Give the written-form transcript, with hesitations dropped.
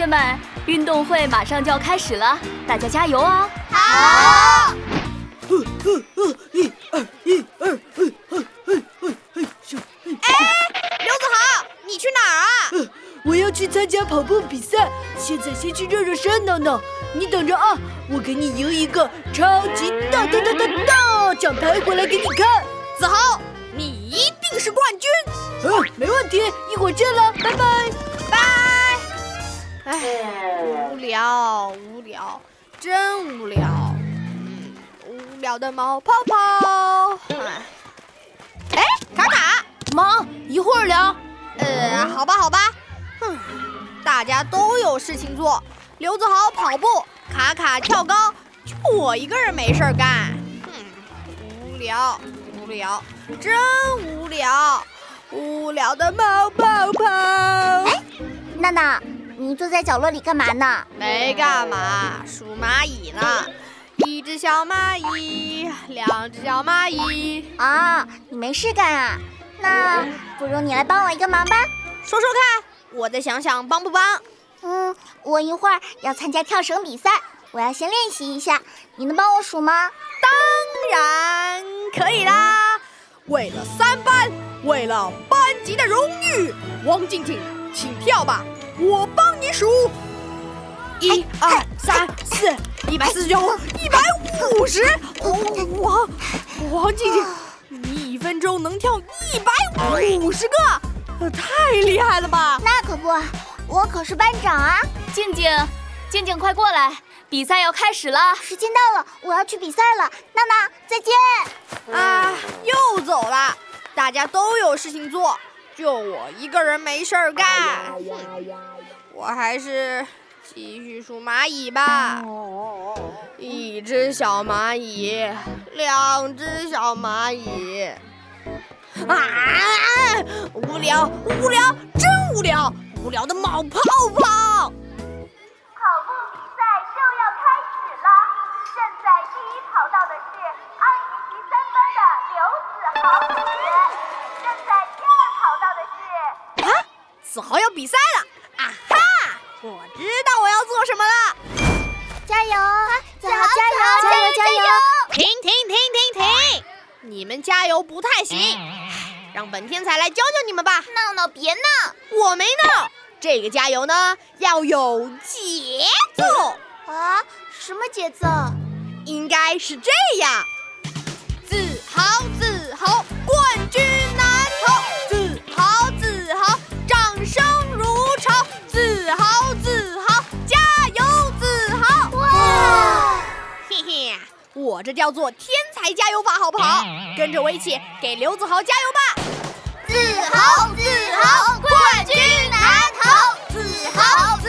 们，运动会马上就要开始了，大家加油啊！ 好！刘子豪，你去哪儿啊？ 我要去参加跑步比赛，现在先去热热身呢。你等着啊，我给你赢一个超级大奖牌回来给你看。 子豪，你一定是冠军。 没问题，一会儿见了，拜拜。 拜。无聊，真无聊。无聊的冒泡泡。卡卡， 忙，一会儿聊。 好吧。大家都有事情做，刘子豪跑步，卡卡跳高，就我一个人没事干。无聊，真无聊，无聊的冒泡泡。 娜娜，你坐在角落里干嘛呢？ 没干嘛，数蚂蚁呢。一只小蚂蚁，两只小蚂蚁。 啊，你没事干啊？那不如你来帮我一个忙吧。 说看，我再想想帮不帮。 我一会儿要参加跳绳比赛，我要先练习一下，你能帮我数吗？ 当然可以啦！为了3班，为了班级的荣誉，王静静，请跳吧，我帮你数。1、2、3、4、149、150。王静静，你1分钟能跳150个，太厉害了吧？ 那可不，我可是班长啊！ 静静，快过来，比赛要开始了。 时间到了，我要去比赛了。娜娜，再见。 又走了，大家都有事情做，就我一个人没事儿干。我还是继续数蚂蚁吧。1只小蚂蚁，2只小蚂蚁。无聊，真无聊，无聊的冒泡泡。 跑步比赛就要开始了，正在第一跑道的是2年级3班的刘子豪同学，正在第2跑道的是子豪要比赛了！我知道我要做什么了。 加油，子豪加油！ 停！你们加油不太行，让本天才来教教你们吧。 闹别闹， 我没闹。这个加油呢，要有节奏啊！什么节奏？ 应该是这样：自豪，冠军难逃；自豪，掌声如潮；自豪，加油！自豪！ 哇！ 嘿嘿，我这叫做天才加油法，好不好？跟着我一起给刘子豪加油吧！ 自豪，冠军难逃！自豪。